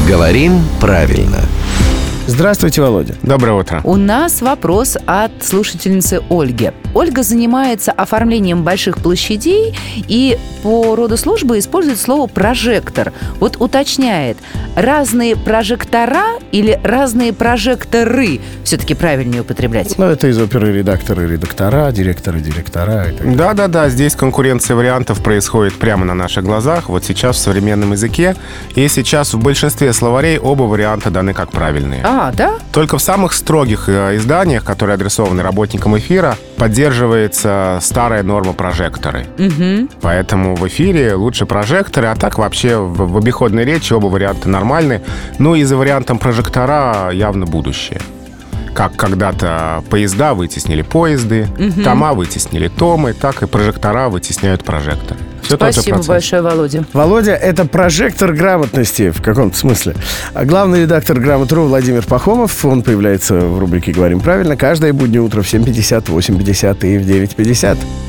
Говорим правильно. Здравствуйте, Володя. Доброе утро. У нас вопрос от слушательницы Ольги. Ольга занимается оформлением больших площадей и по роду службы использует слово «прожектор». Вот уточняет, разные прожектора или разные прожекторы все-таки правильнее употреблять? Ну, это из оперы редакторы, редактора, директоры, директора. И так далее. Да, здесь конкуренция вариантов происходит прямо на наших глазах. Вот сейчас в современном языке. И сейчас в большинстве словарей оба варианта даны как правильные. Да? Только в самых строгих изданиях, которые адресованы работникам эфира, поддерживается старая норма прожекторы. Поэтому в эфире лучше прожекторы, а так вообще в обиходной речи оба варианта нормальны. Ну и за вариантом прожектора явно будущее. Как когда-то поезда вытеснили поезды, тома вытеснили томы, так и прожектора вытесняют прожекторы. Все Спасибо большое, Володя. Володя — это прожектор грамотности в каком-то смысле. А главный редактор «Грамотру» Владимир Пахомов. Он появляется в рубрике «Говорим правильно» каждое буднее утро в 7:50, 8:50 и в 9:50.